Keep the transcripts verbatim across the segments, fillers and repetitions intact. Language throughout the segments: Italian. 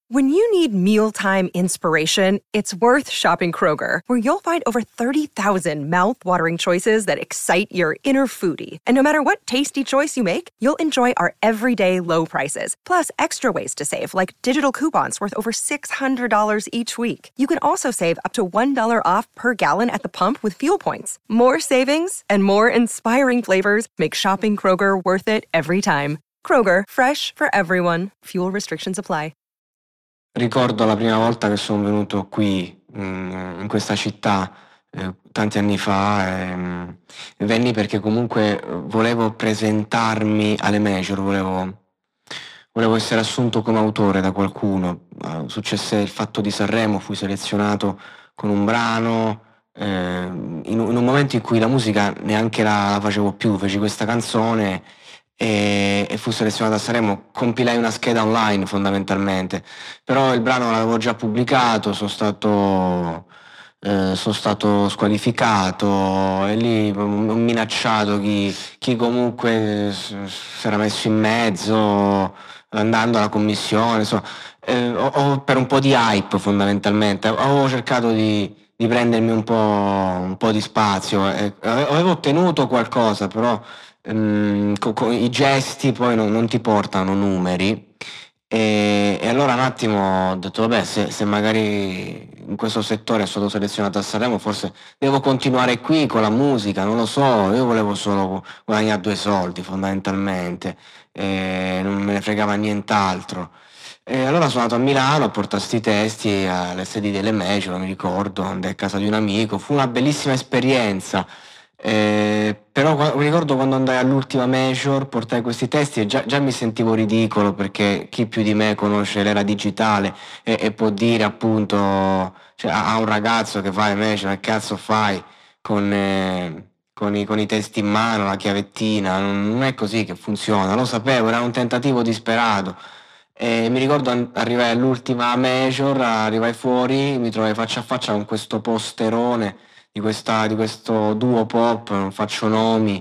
When you need mealtime inspiration, it's worth shopping Kroger, where you'll find over thirty thousand mouth-watering choices that excite your inner foodie. And no matter what tasty choice you make, you'll enjoy our everyday low prices, plus extra ways to save, like digital coupons worth over six hundred dollars each week. You can also save up to one dollar off per gallon at the pump with fuel points. More savings and more inspiring flavors make shopping Kroger worth it every time. Kroger, fresh for everyone. Fuel restrictions apply. Ricordo la prima volta che sono venuto qui, in questa città, eh, tanti anni fa. E, e venni perché comunque volevo presentarmi alle major, volevo, volevo essere assunto come autore da qualcuno. Uh, successe il Fatto di Sanremo, fui selezionato con un brano, eh, in, in un momento in cui la musica neanche la, la facevo più, feci questa canzone e, e fu selezionato a Sanremo. Compilai una scheda online fondamentalmente, però il brano l'avevo già pubblicato, sono stato eh, sono stato squalificato e lì ho minacciato chi, chi comunque si era messo in mezzo, andando alla commissione, insomma, eh, ho, ho, per un po' di hype fondamentalmente avevo cercato di, di prendermi un po', un po' di spazio, eh, avevo ottenuto qualcosa, però Um, co- co- i gesti poi non, non ti portano numeri e, e allora un attimo ho detto vabbè, se, se magari in questo settore sono stato selezionato a Sanremo, forse devo continuare qui con la musica, non lo so, io volevo solo guadagnare due soldi fondamentalmente e non me ne fregava nient'altro. E allora sono andato a Milano a portare sti testi alle sedi delle major, mi ricordo, andai a casa di un amico, fu una bellissima esperienza. Eh, però mi ricordo quando andai all'ultima major, portai questi testi e già, già mi sentivo ridicolo, perché chi più di me conosce l'era digitale e, e può dire appunto, cioè, a un ragazzo che fa le major, che cazzo fai con, eh, con, i, con i testi in mano, la chiavettina, non, non è così che funziona, lo sapevo, era un tentativo disperato. E mi ricordo arrivai all'ultima major, arrivai fuori, mi trovai faccia a faccia con questo posterone di, questa, di questo duo pop, non faccio nomi,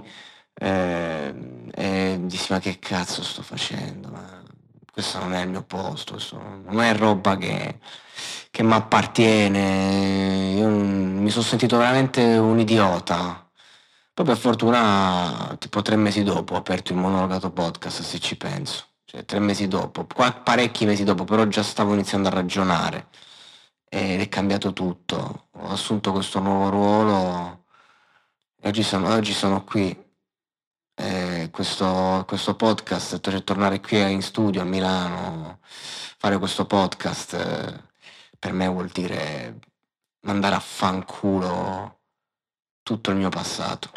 eh, e dissi ma che cazzo sto facendo, ma questo non è il mio posto, questo non è roba che, che mi appartiene, io mi sono sentito veramente un idiota. Poi per fortuna tipo tre mesi dopo ho aperto il Monologato Podcast, se ci penso, cioè tre mesi dopo, qua, parecchi mesi dopo, però già stavo iniziando a ragionare ed è cambiato tutto. Ho assunto questo nuovo ruolo e oggi sono, oggi sono qui. E questo, questo podcast, cioè tornare qui in studio a Milano, fare questo podcast, eh, per me vuol dire mandare a fanculo tutto il mio passato.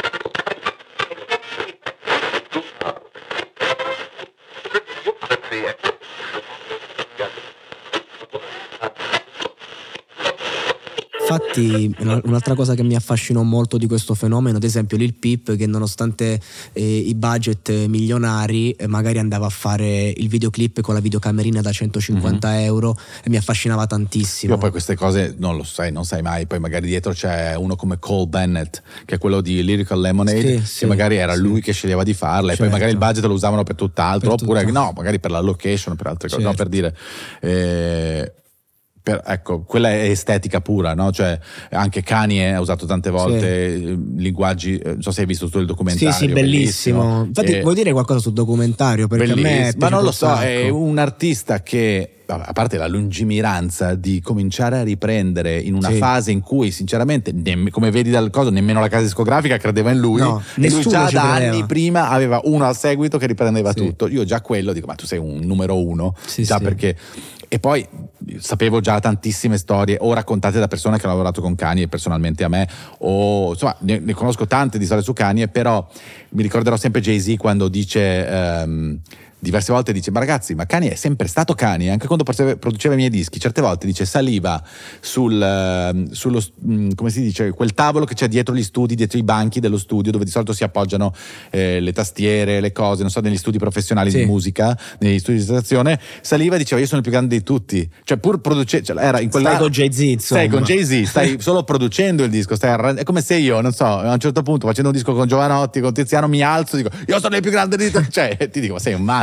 Infatti un'altra cosa che mi affascinò molto di questo fenomeno, ad esempio Lil Peep, che nonostante eh, i budget milionari eh, magari andava a fare il videoclip con la videocamerina da centocinquanta mm-hmm. euro, e mi affascinava tantissimo. Io poi queste cose non lo sai, non sai mai, poi magari dietro c'è uno come Cole Bennett, che è quello di Lyrical Lemonade, sì, che sì, magari era sì. lui che sceglieva di farla, certo. E poi magari il budget lo usavano per tutt'altro, per oppure tutto. No, magari per la location, per altre cose, certo. No, per dire... Eh, Per, ecco, quella è estetica pura, no? Cioè anche Kanye ha usato tante volte sì. linguaggi, non so se hai visto tu il documentario. Sì, sì, bellissimo. bellissimo. Infatti e... vuoi dire qualcosa sul documentario? Perché bellissimo. A me ma non lo so, è un artista che, a parte la lungimiranza di cominciare a riprendere in una sì. fase in cui sinceramente, nemm- come vedi dal coso, nemmeno la casa discografica credeva in lui, no, e lui già da credeva. Anni prima aveva uno a seguito che riprendeva sì. tutto. Io già quello dico, ma tu sei un numero uno, sì, già sì. perché... E poi sapevo già tantissime storie o raccontate da persone che hanno lavorato con Kanye personalmente a me, o insomma ne, ne conosco tante di storie su Kanye, però mi ricorderò sempre Jay-Z quando dice um, diverse volte dice ma ragazzi, ma Kanye è sempre stato Kanye, anche quando produceva i miei dischi, certe volte dice saliva sul sullo come si dice, quel tavolo che c'è dietro gli studi, dietro i banchi dello studio dove di solito si appoggiano eh, le tastiere, le cose, non so, negli studi professionali sì. di musica, negli studi di registrazione, saliva e diceva io sono il più grande di tutti, cioè pur producendo, cioè, era in quella... stai con Jay-Z, insomma. Stai con Jay-Z, stai solo producendo il disco, stai arran... è come se io, non so, a un certo punto facendo un disco con Giovanotti, con Tiziano, mi alzo e dico io sono il più grande di tutti, cioè ti dico ma sei un matto.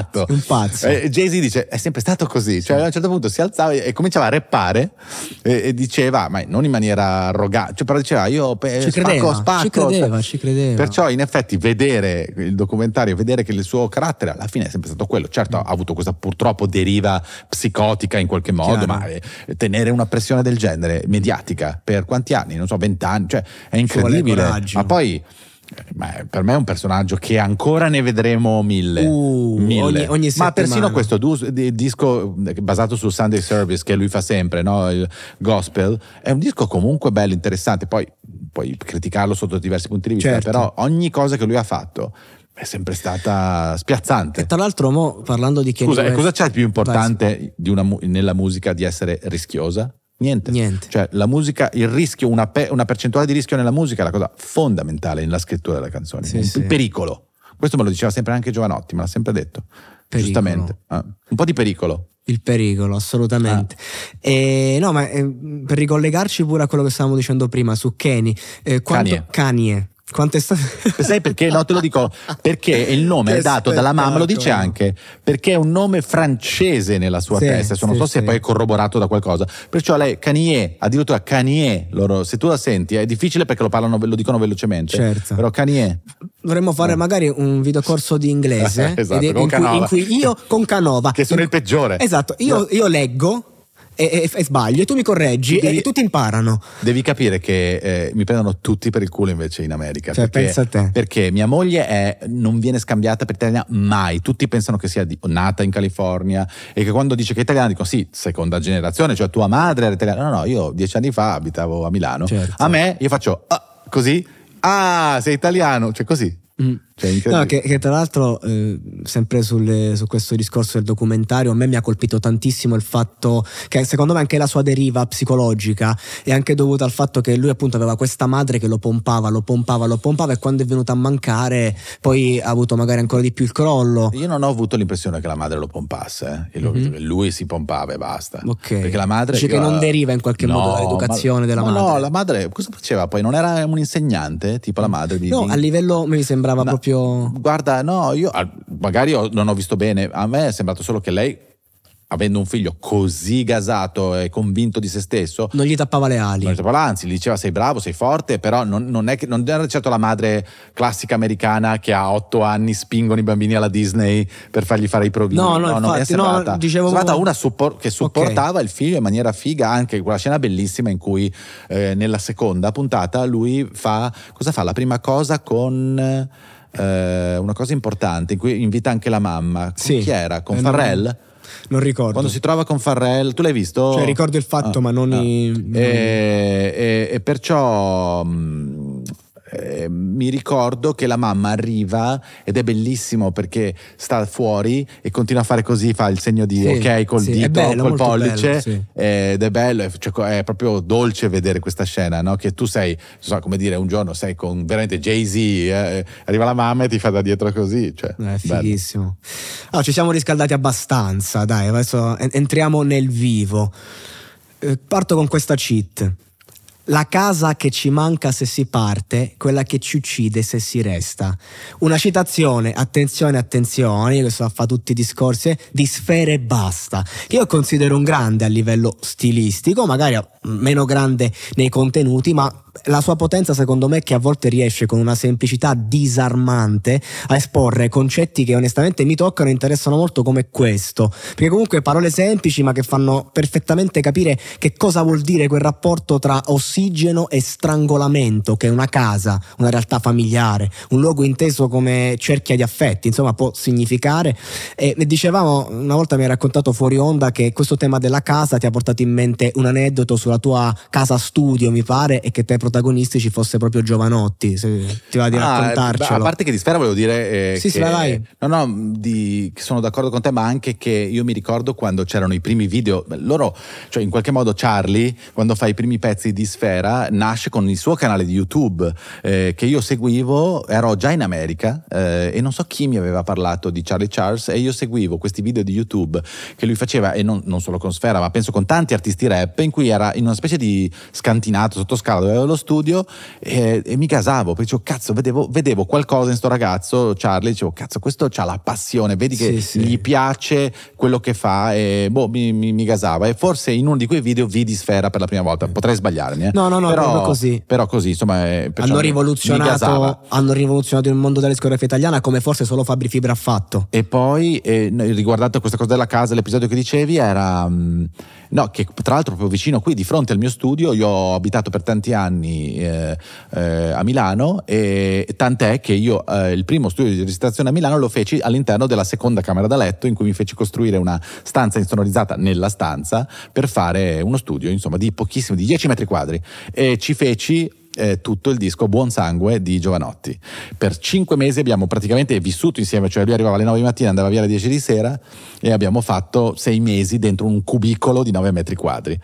matto. Un pazzo. Eh, Jay-Z dice è sempre stato così, cioè a un certo punto si alzava e cominciava a rappare e, e diceva, ma non in maniera arrogante, cioè, però diceva io pe- ci spacco, credeva, spacco. ci credeva, ci credeva. Perciò in effetti vedere il documentario, vedere che il suo carattere alla fine è sempre stato quello, certo ha avuto questa purtroppo deriva psicotica in qualche modo, Chiaro. ma eh, tenere una pressione del genere mediatica per quanti anni? Non so, vent'anni, cioè è incredibile. Ma poi ma per me è un personaggio che ancora ne vedremo mille, uh, mille. Ogni, ogni ma persino questo du- disco basato sul Sunday Service che lui fa sempre, no? Il gospel, è un disco comunque bello, interessante, poi puoi criticarlo sotto diversi punti di vista, certo. però ogni cosa che lui ha fatto è sempre stata spiazzante. E tra l'altro mo, parlando di Scusa, West, cosa c'è di più importante di una, nella musica di essere rischiosa? Niente. Niente. Cioè la musica, il rischio, una, pe- una percentuale di rischio nella musica è la cosa fondamentale nella scrittura della canzone. Sì, il sì. pericolo. Questo me lo diceva sempre anche Giovanotti, me l'ha sempre detto. Pericolo. Giustamente. Ah, un po' di pericolo. Il pericolo, assolutamente. Ah. E, no, ma eh, per ricollegarci pure a quello che stavamo dicendo prima su Kanye, eh, quanto, Kanye. Kanye. Quanto è stato... Sai perché? No, te lo dico perché il nome Che è dato dalla mamma, lo dice anche perché è un nome francese nella sua sì, testa, non sì, so se sì. poi è corroborato da qualcosa, perciò lei Kanye, addirittura Kanye, loro, se tu la senti è difficile perché lo parlano, lo dicono velocemente, certo. però Kanye dovremmo fare no. magari un videocorso di inglese esatto, ed, con in, cui, in cui io con Canova che sono in, il peggiore, esatto, io, io leggo E, e, e sbaglio e tu mi correggi devi, e tutti imparano. Devi capire che eh, mi prendono tutti per il culo invece in America, cioè, perché, pensa a te. perché mia moglie è, non viene scambiata per italiana mai, tutti pensano che sia di, nata in California e che quando dice che è italiana dicono sì, seconda generazione, cioè tua madre era italiana. No no, io dieci anni fa abitavo a Milano, certo. A me io faccio ah, così, ah sei italiano, cioè così. Mm. Cioè, no, che, che tra l'altro eh, sempre sulle, su questo discorso del documentario a me mi ha colpito tantissimo il fatto che secondo me anche la sua deriva psicologica è anche dovuta al fatto che lui appunto aveva questa madre che lo pompava, lo pompava, lo pompava e quando è venuto a mancare poi ha avuto magari ancora di più il crollo. Io non ho avuto l'impressione che la madre lo pompasse, eh. Io mm-hmm. lui, lui si pompava e basta. Okay. Perché la madre dice che non deriva in qualche no, modo dall'educazione ma, della ma madre. No, la madre cosa faceva poi? Non era un insegnante tipo la madre di, no, di... a livello mi sembrava no, proprio guarda, no, io magari non ho visto bene, a me è sembrato solo che lei, avendo un figlio così gasato e convinto di se stesso, non gli tappava le ali, non gli tappava, anzi gli diceva sei bravo, sei forte, però non, non, è che, non era certo la madre classica americana che a otto anni spingono i bambini alla Disney per fargli fare i provini. No, no, no, non è sembrata, no, dicevo... è sembrata una support, che supportava okay. il figlio in maniera figa, anche quella scena bellissima in cui eh, nella seconda puntata lui fa, cosa fa? La prima cosa con... Uh, una cosa importante in cui invita anche la mamma. Con sì. chi era? Con eh, Farrell? Non, non ricordo. Quando si trova con Farrell, tu l'hai visto? Cioè ricordo il fatto, ah, ma non, ah. i, non... E, e, e perciò mh, eh, mi ricordo che la mamma arriva ed è bellissimo perché sta fuori e continua a fare così, fa il segno di sì, ok col sì, dito, bello, col pollice bello, sì. Ed è bello, è, cioè, è proprio dolce vedere questa scena, no? Che tu sei, non so come dire, un giorno sei con veramente Jay-Z, eh, arriva la mamma e ti fa da dietro così, cioè, è fighissimo. Allora, ci siamo riscaldati abbastanza, dai, adesso entriamo nel vivo. Eh, parto con questa cheat. La casa che ci manca se si parte, quella che ci uccide se si resta. Una citazione, attenzione, attenzione, questo fa tutti i discorsi, di Sfera Ebbasta, che io considero un grande a livello stilistico, magari meno grande nei contenuti, ma la sua potenza secondo me è che a volte riesce con una semplicità disarmante a esporre concetti che onestamente mi toccano e interessano molto come questo, perché comunque parole semplici ma che fanno perfettamente capire che cosa vuol dire quel rapporto tra ossigeno e strangolamento che una casa, una realtà familiare, un luogo inteso come cerchia di affetti, insomma può significare. E dicevamo, una volta mi hai raccontato fuori onda che questo tema della casa ti ha portato in mente un aneddoto sulla tua casa studio mi pare e che te protagonisti ci fosse proprio Giovanotti, se ti va di ah, raccontarcelo. A parte che di Sfera volevo dire eh, sì, che, sì, vai. no no di, che sono d'accordo con te, ma anche che io mi ricordo quando c'erano i primi video, loro, cioè in qualche modo Charlie quando fa i primi pezzi di Sfera nasce con il suo canale di YouTube eh, che io seguivo, ero già in America eh, e non so chi mi aveva parlato di Charlie Charles e io seguivo questi video di YouTube che lui faceva, e non, non solo con Sfera ma penso con tanti artisti rap, in cui era in una specie di scantinato sottoscala dove aveva lo studio e, e mi gasavo, perché dicevo cazzo, vedevo, vedevo qualcosa in sto ragazzo Charlie, dicevo cazzo, questo c'ha la passione, vedi che sì, sì. gli piace quello che fa e boh, mi, mi, mi gasava. E forse in uno di quei video vidi Sfera per la prima volta, potrei sbagliarmi, eh? no no no, però così però così insomma eh, hanno rivoluzionato hanno rivoluzionato il mondo della discografia italiana come forse solo Fabri Fibra ha fatto. E poi eh, riguardato questa cosa della casa, l'episodio che dicevi era mh, no, che tra l'altro proprio vicino qui di fronte al mio studio, io ho abitato per tanti anni eh, eh, a Milano, e tant'è che io eh, il primo studio di registrazione a Milano lo feci all'interno della seconda camera da letto, in cui mi feci costruire una stanza insonorizzata nella stanza per fare uno studio insomma di pochissimo, di dieci metri quadri, e ci feci Eh, tutto il disco Buon Sangue di Jovanotti. Per cinque mesi abbiamo praticamente vissuto insieme, cioè lui arrivava alle nove di mattina, andava via alle dieci di sera, e abbiamo fatto sei mesi dentro un cubicolo di nove metri quadri.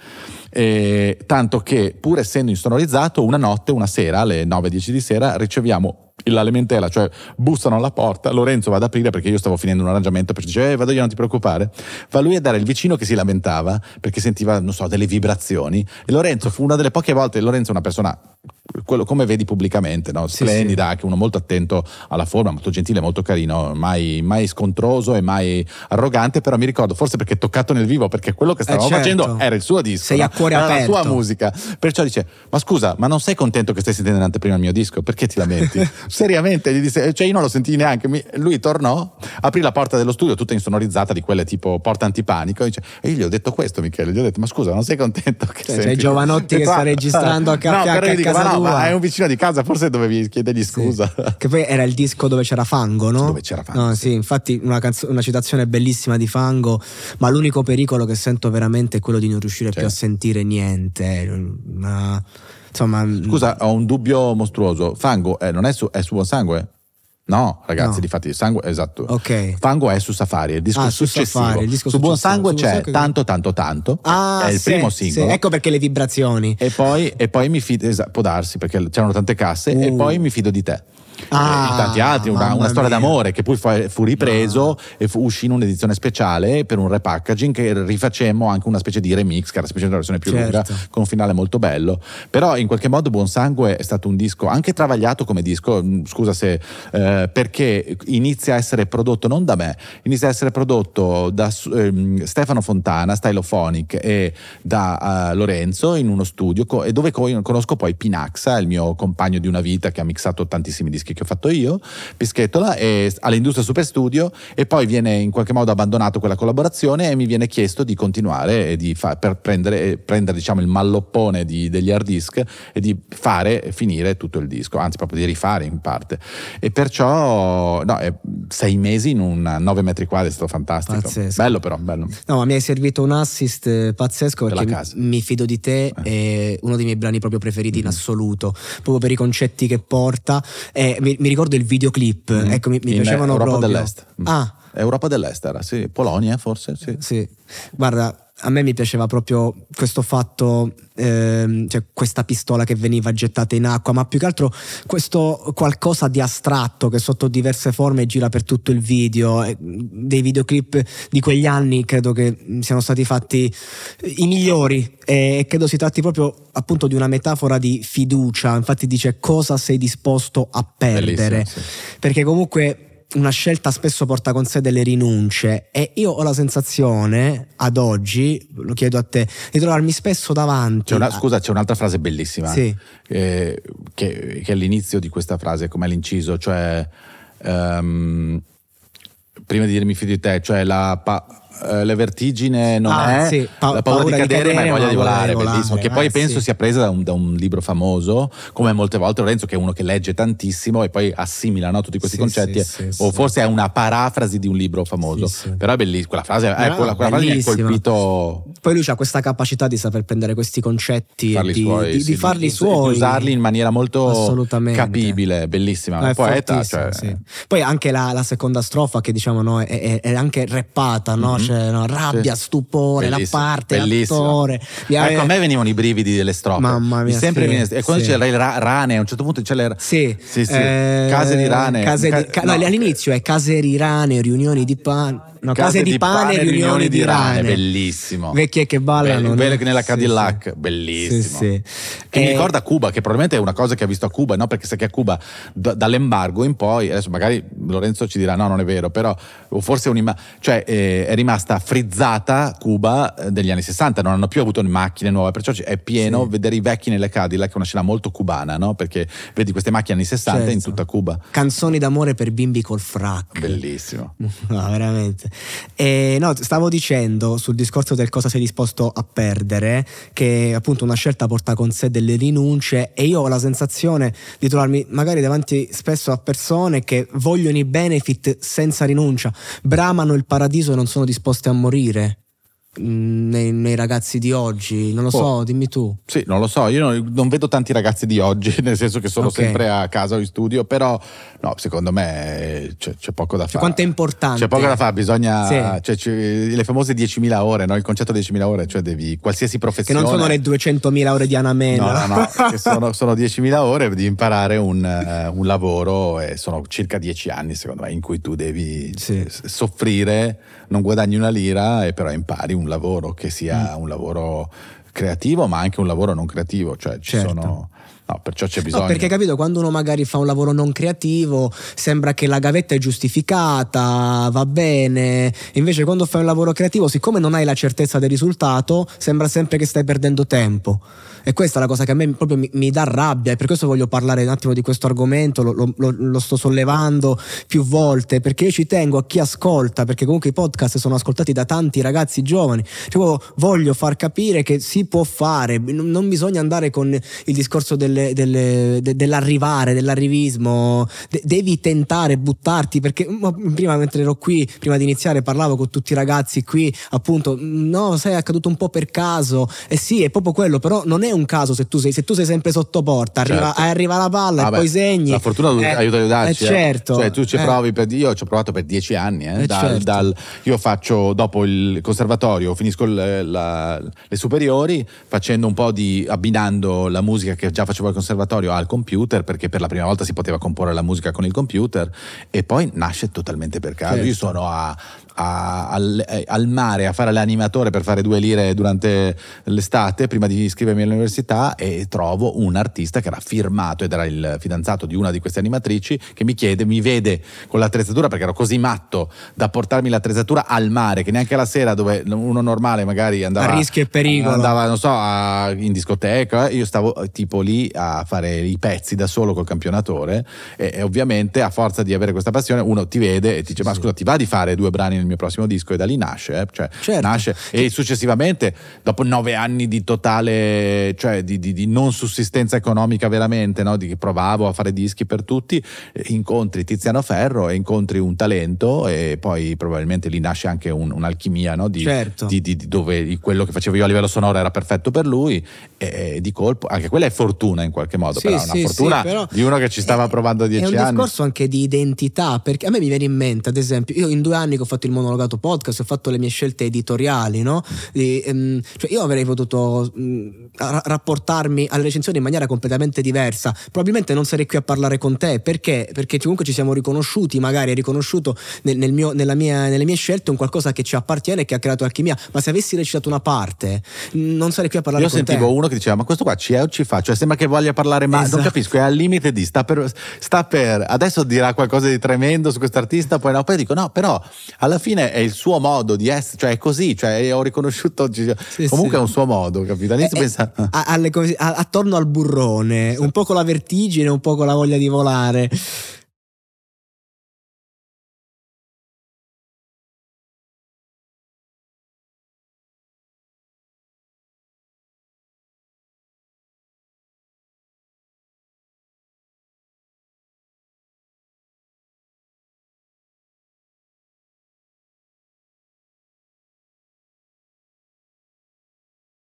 E, tanto che pur essendo insonorizzato, una notte, una sera alle nove dieci di sera riceviamo la lamentela, cioè bussano alla porta, Lorenzo va ad aprire perché io stavo finendo un arrangiamento, perché dice eh, vado io, non ti preoccupare, va lui a dare il vicino che si lamentava perché sentiva non so delle vibrazioni, e Lorenzo fu una delle poche volte, Lorenzo è una persona quello come vedi pubblicamente, no? Splendida, sì, sì. Anche uno molto attento alla forma, molto gentile, molto carino, mai, mai scontroso e mai arrogante, però mi ricordo forse perché toccato nel vivo, perché quello che stavamo eh certo. facendo era il suo disco, sei no? a cuore era aperto, la sua musica, perciò dice ma scusa, ma non sei contento che stai sentendo in anteprima il mio disco, perché ti lamenti? Seriamente, gli disse, cioè io non lo sentii neanche. Lui tornò, aprì la porta dello studio tutta insonorizzata di quelle tipo porta antipanico, dice, e io gli ho detto questo, Michele, gli ho detto ma scusa, non sei contento che cioè, senti? c'è Jovanotti che sta registrando a, ca- no, a, a dico, casa ma no, tua, ma è un vicino di casa, forse dovevi chiedergli scusa. Sì. Che poi era il disco dove c'era Fango, no? Dove c'era Fango, no, sì. sì, infatti una, canzo- una citazione bellissima di Fango, ma l'unico pericolo che sento veramente è quello di non riuscire cioè. più a sentire niente, una... insomma. Scusa, ho un dubbio mostruoso, Fango eh, non è su, è su Buon Sangue? No, ragazzi, no. difatti Sangue, esatto. Okay. Fango è su Safari, il disco ah, successivo. Su, Safari, il disco su Buon Sangue su c'è Buon Tanto Tanto Tanto, ah, è il sì, primo singolo. Sì. Ecco perché le vibrazioni. E poi, e poi mi fido, esatto, può darsi perché c'erano tante casse, uh. e poi Mi fido di te. Ah, e tanti altri, una, una storia d'amore che poi fu, fu ripreso no. e fu, uscì in un'edizione speciale per un repackaging che rifacemmo anche una specie di remix, che era specie una versione più certo. lunga con un finale molto bello, però in qualche modo Buon Sangue è stato un disco anche travagliato come disco, scusa se eh, perché inizia a essere prodotto non da me, inizia a essere prodotto da eh, Stefano Fontana, Stylophonic, e da uh, Lorenzo in uno studio co- e dove co- conosco poi Pinaxa, il mio compagno di una vita che ha mixato tantissimi dischi che ho fatto io, Pischettola, e all'Industria Super Studio, e poi viene in qualche modo abbandonato quella collaborazione e mi viene chiesto di continuare e di fa- per prendere, prendere diciamo il malloppone di, degli hard disk e di fare finire tutto il disco, anzi proprio di rifare in parte, e perciò no, è sei mesi in un nove metri quadri, è stato fantastico. Pazzesco. Bello però, bello. No, ma mi hai servito un assist pazzesco perché mi, mi fido di te, eh. è uno dei miei brani proprio preferiti mm-hmm. in assoluto, proprio per i concetti che porta. Eh, mi, mi ricordo il videoclip, mm. ecco, mi, mi piacevano Europa proprio. dell'Est. Ah, Europa dell'Est era, sì, Polonia forse, sì. Sì. Guarda, a me mi piaceva proprio questo fatto, ehm, cioè questa pistola che veniva gettata in acqua, ma più che altro questo qualcosa di astratto che sotto diverse forme gira per tutto il video. Dei videoclip di quegli anni credo che siano stati fatti i migliori, e credo si tratti proprio appunto di una metafora di fiducia. Infatti dice cosa sei disposto a perdere, sì. Perché comunque una scelta spesso porta con sé delle rinunce, e io ho la sensazione ad oggi, lo chiedo a te, di trovarmi spesso davanti c'è una, a... scusa, c'è un'altra frase bellissima, sì. eh, che, che è all'inizio di questa frase, come l'inciso, cioè um, prima di dire mi fido di te, cioè la pa- la vertigine non ah, è sì. pa- la paura, paura di cadere, di cadere ma è voglia di volare, di volare, bellissimo, che poi eh, penso sì. sia presa da un, da un libro famoso, come molte volte Lorenzo, che è uno che legge tantissimo e poi assimila, no, tutti questi sì, concetti, sì, sì, o sì. forse è una parafrasi di un libro famoso, sì, sì. però è bellissima quella frase, eh, quella, quella frase mi ha colpito. Poi lui ha questa capacità di saper prendere questi concetti farli e di, suoi, di, sì, di farli di, suoi, di usarli in maniera molto capibile, bellissima, no, poeta, cioè... sì. Poi anche la, la seconda strofa che diciamo no, è, è, è anche rappata, no? Mm-hmm. Cioè, no, rabbia, stupore, bellissimo, la parte, bellissimo. L'attore. Ecco, a me venivano i brividi delle strofe. Mamma mia, sempre sì, viene, e quando sì. c'era il ra- rane, a un certo punto c'è le sì, sì, sì. Eh, case di rane. Case di, ca- no, no, all'inizio è case di rane, riunioni di pane. No, case, case di, di pane, pane riunioni, riunioni di rane. rane. Bellissimo. Vecchissimo. chi è che ballano. Bello che nella Cadillac, sì, sì. bellissimo. Sì, sì. Che e... mi ricorda Cuba, che probabilmente è una cosa che ha visto a Cuba, no? Perché sai che a Cuba d- dall'embargo in poi, adesso magari Lorenzo ci dirà no, non è vero, però o forse un'imma- cioè eh, è rimasta frizzata Cuba eh, degli anni sessanta, non hanno più avuto macchine nuove, perciò è pieno, sì. Vedere i vecchi nelle Cadillac è una scena molto cubana, no? Perché vedi queste macchine anni sessanta, certo. In tutta Cuba. Canzoni d'amore per bimbi col frac. Bellissimo. No, veramente. E, no, stavo dicendo sul discorso del cosa sei disposto a perdere, che appunto una scelta porta con sé delle rinunce, e io ho la sensazione di trovarmi magari davanti spesso a persone che vogliono i benefit senza rinuncia, bramano il paradiso e non sono disposte a morire. Nei, nei ragazzi di oggi, non lo oh, so, dimmi tu. Sì, non lo so, io non, non vedo tanti ragazzi di oggi, nel senso che sono okay. sempre a casa o in studio, però no, secondo me c'è, c'è poco da fare. Quanto è importante. C'è poco da fare, bisogna, sì. cioè, c'è, le famose diecimila ore, no? Il concetto di diecimila ore, cioè devi, qualsiasi professione. Che non sono le duecentomila ore di Anna Mena. No, no, no, che sono, sono diecimila ore, devi imparare un, uh, un lavoro, e sono circa dieci anni secondo me in cui tu devi sì. soffrire, non guadagni una lira e però impari un lavoro che sia mm. un lavoro creativo ma anche un lavoro non creativo, cioè ci certo. sono no, perciò c'è bisogno. No, perché capito, quando uno magari fa un lavoro non creativo sembra che la gavetta è giustificata, va bene, invece quando fai un lavoro creativo, siccome non hai la certezza del risultato, sembra sempre che stai perdendo tempo. E questa è la cosa che a me proprio mi, mi dà rabbia, e per questo voglio parlare un attimo di questo argomento, lo, lo, lo sto sollevando più volte, perché io ci tengo a chi ascolta, perché comunque i podcast sono ascoltati da tanti ragazzi giovani, cioè, voglio far capire che si può fare, non bisogna andare con il discorso delle, delle, de, dell'arrivare, dell'arrivismo, de, devi tentare, buttarti, perché prima mentre ero qui, prima di iniziare parlavo con tutti i ragazzi qui, appunto, no, sai, è accaduto un po' per caso, e sì, è proprio quello, però non è un caso se tu sei, se tu sei sempre sotto porta, arriva, certo. arriva la palla ah, e beh, poi segni. La fortuna eh, aiuta a aiutarci. Eh, certo. Eh. Cioè tu ci eh. provi per, io ci ho provato per dieci anni. Eh, eh, dal, certo. dal, io faccio dopo il conservatorio, finisco il, la, le superiori facendo un po' di abbinando la musica che già facevo al conservatorio al computer, perché per la prima volta si poteva comporre la musica con il computer, e poi nasce totalmente per caso. Certo. Io sono a A, al, al mare a fare l'animatore per fare due lire durante l'estate prima di iscrivermi all'università, e trovo un artista che era firmato ed era il fidanzato di una di queste animatrici, che mi chiede, mi vede con l'attrezzatura, perché ero così matto da portarmi l'attrezzatura al mare che neanche la sera, dove uno normale magari andava a rischio e pericolo, andava non so a, in discoteca, io stavo tipo lì a fare i pezzi da solo col campionatore, e, e ovviamente a forza di avere questa passione uno ti vede e ti dice sì. ma scusa, ti va di fare due brani il mio prossimo disco? E da lì nasce, eh? Cioè, certo. nasce e successivamente dopo nove anni di totale, cioè di, di, di non sussistenza economica veramente, no? Di che provavo a fare dischi per tutti, incontri Tiziano Ferro e incontri un talento, e poi probabilmente lì nasce anche un, un'alchimia, no? Di, certo. di, di, di dove quello che facevo io a livello sonoro era perfetto per lui, e, e di colpo anche quella è fortuna in qualche modo, sì, però è una sì, fortuna sì, però di uno che ci stava è, provando dieci anni. È un discorso anche di identità, perché a me mi viene in mente, ad esempio, io in due anni che ho fatto il monologato podcast ho fatto le mie scelte editoriali, no? Di, ehm, cioè io avrei potuto mh, ra- rapportarmi alle recensioni in maniera completamente diversa, probabilmente non sarei qui a parlare con te, perché? Perché comunque ci siamo riconosciuti, magari hai riconosciuto nel, nel mio, nella mia, nelle mie scelte un qualcosa che ci appartiene e che ha creato alchimia, ma se avessi recitato una parte non sarei qui a parlare io con te. Io sentivo uno che diceva ma questo qua ci è o ci fa, cioè sembra che voglia parlare, ma esatto. non capisco, è al limite di sta per, sta per adesso dirà qualcosa di tremendo su questo artista, poi no, poi dico no, però alla fine è il suo modo di essere, cioè è così, cioè ho riconosciuto sì, comunque sì. è un suo modo, capito? All'inizio pensa a, alle, a, attorno al burrone, esatto. un po' con la vertigine, un po' con la voglia di volare.